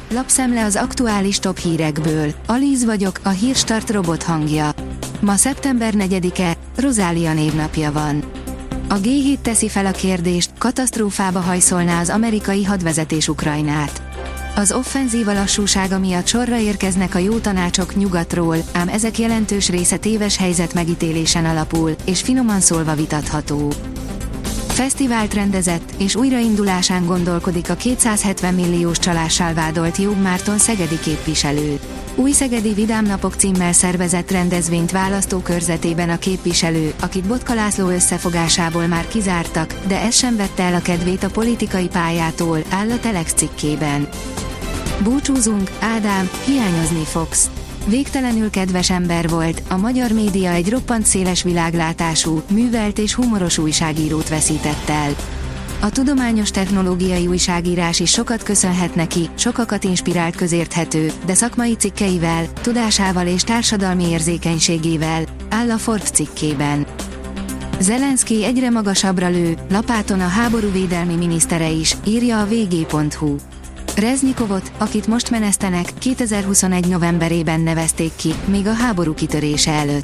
lapszemle az aktuális top hírekből. Alíz vagyok, a Hírstart robot hangja. Ma szeptember 4-e, Rozália névnapja van. A G7 teszi fel a kérdést, katasztrófába hajszolná az amerikai hadvezetés Ukrajnát. Az offenzíva lassúsága miatt sorra érkeznek a jó tanácsok nyugatról, ám ezek jelentős része téves helyzet megítélésen alapul, és finoman szólva vitatható. Fesztivált rendezett, és újraindulásán gondolkodik a 270 milliós csalással vádolt Jobb Márton szegedi képviselő. Új Szegedi Vidámnapok címmel szervezett rendezvényt választókörzetében a képviselő, akit Botka László összefogásából már kizártak, de ez sem vette el a kedvét a politikai pályától, áll a Telex cikkében. Búcsúzunk, Ádám, hiányozni fogsz. Végtelenül kedves ember volt, a magyar média egy roppant széles világlátású, művelt és humoros újságírót veszített el. A tudományos technológiai újságírás is sokat köszönhet neki, sokakat inspirált közérthető, de szakmai cikkeivel, tudásával és társadalmi érzékenységével, áll a Forbes cikkében. Zelenszky egyre magasabbra lő, lapáton a háborúvédelmi minisztere is, írja a vg.hu. Reznikovot, akit most menesztenek, 2021 novemberében nevezték ki, még a háború kitörése előtt.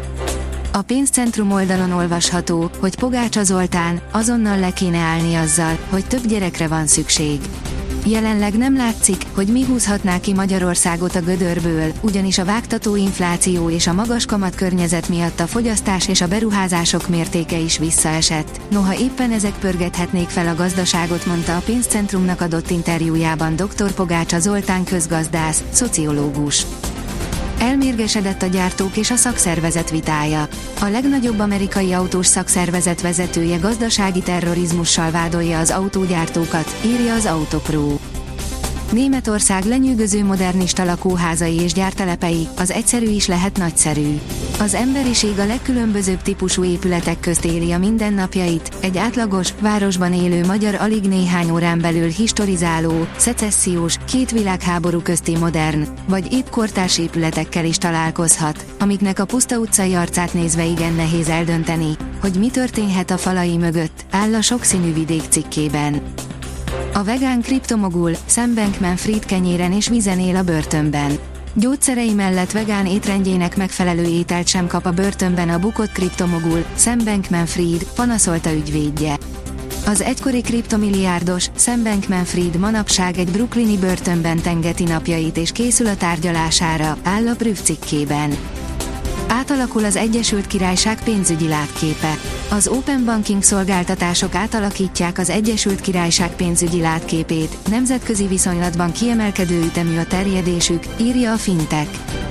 A pénzcentrum oldalon olvasható, hogy Pogácsa Zoltán, azonnal le kéne állni azzal, hogy több gyerekre van szükség. Jelenleg nem látszik, hogy mi húzhatná ki Magyarországot a gödörből, ugyanis a vágtató infláció és a magas kamatkörnyezet miatt a fogyasztás és a beruházások mértéke is visszaesett. Noha éppen ezek pörgethetnék fel a gazdaságot, mondta a pénzcentrumnak adott interjújában dr. Pogácsa Zoltán közgazdász, szociológus. Elmérgesedett a gyártók és a szakszervezet vitája. A legnagyobb amerikai autós szakszervezet vezetője gazdasági terrorizmussal vádolja az autógyártókat, írja az Autopro. Németország lenyűgöző modernista lakóházai és gyártelepei, az egyszerű is lehet nagyszerű. Az emberiség a legkülönbözőbb típusú épületek közt éli a mindennapjait, egy átlagos, városban élő magyar alig néhány órán belül historizáló, szecessziós, két világháború közti modern, vagy épp kortárs épületekkel is találkozhat, amiknek a puszta utcai arcát nézve igen nehéz eldönteni, hogy mi történhet a falai mögött, áll a Sokszínű Vidék cikkében. A vegán kriptomogul, Sam Bankman-Fried kenyéren és vízen él a börtönben. Gyógyszerei mellett vegán étrendjének megfelelő ételt sem kap a börtönben a bukott kriptomogul, Sam Bankman-Fried, panaszolta ügyvédje. Az egykori kriptomilliárdos, Sam Bankman-Fried manapság egy brooklyni börtönben tengeti napjait és készül a tárgyalására, áll a Prüv cikkében. Átalakul az Egyesült Királyság pénzügyi látképe. Az Open Banking szolgáltatások átalakítják az Egyesült Királyság pénzügyi látképét, nemzetközi viszonylatban kiemelkedő ütemű a terjedésük, írja a Fintech.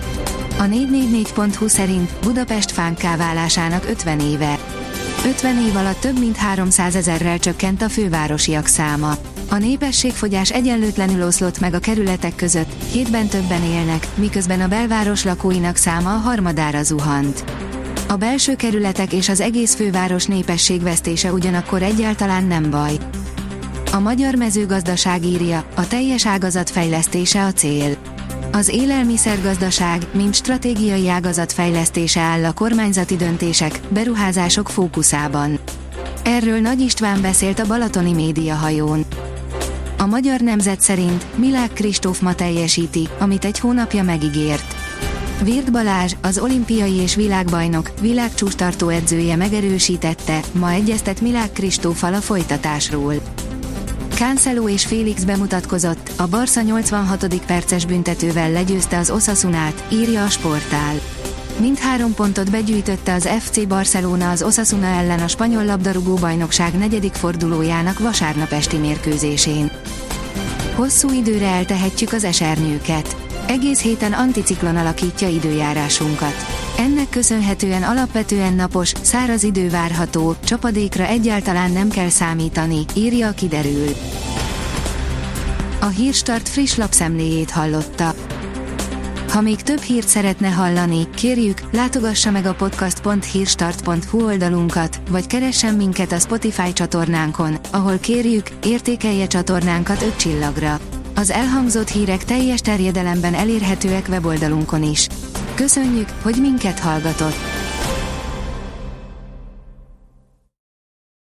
A 444.hu szerint Budapest fánká válásának 50 éve. 50 év alatt több mint 300 000-rel csökkent a fővárosiak száma. A népességfogyás egyenlőtlenül oszlott meg a kerületek között, 7-ben többen élnek, miközben a belváros lakóinak száma a harmadára zuhant. A belső kerületek és az egész főváros népességvesztése ugyanakkor egyáltalán nem baj. A magyar mezőgazdaság írja, a teljes ágazat fejlesztése a cél. Az élelmiszergazdaság, mint stratégiai ágazat fejlesztése áll a kormányzati döntések, beruházások fókuszában. Erről Nagy István beszélt a balatoni médiahajón. A Magyar Nemzet szerint Milák Kristóf ma teljesíti, amit egy hónapja megígért. Virth Balázs, az olimpiai és világbajnok, világcsúcstartó edzője megerősítette, ma egyeztet Milák Kristóffal a folytatásról. Cancelo és Félix bemutatkozott, a Barca 86. perces büntetővel legyőzte az Osasunát, írja a Sportál. Mindhárom pontot begyűjtötte az FC Barcelona az Osasuna ellen a spanyol labdarúgó-bajnokság 4. fordulójának vasárnap esti mérkőzésén. Hosszú időre eltehetjük az esernyőket. Egész héten anticiklon alakítja időjárásunkat. Ennek köszönhetően alapvetően napos, száraz idő várható, csapadékra egyáltalán nem kell számítani, írja a Kiderül. A Hírstart friss lapszemléjét hallotta. Ha még több hírt szeretne hallani, kérjük, látogassa meg a podcast.hírstart.hu oldalunkat, vagy keressen minket a Spotify csatornánkon, ahol kérjük, értékelje csatornánkat 5 csillagra. Az elhangzott hírek teljes terjedelemben elérhetőek weboldalunkon is. Köszönjük, hogy minket hallgatott!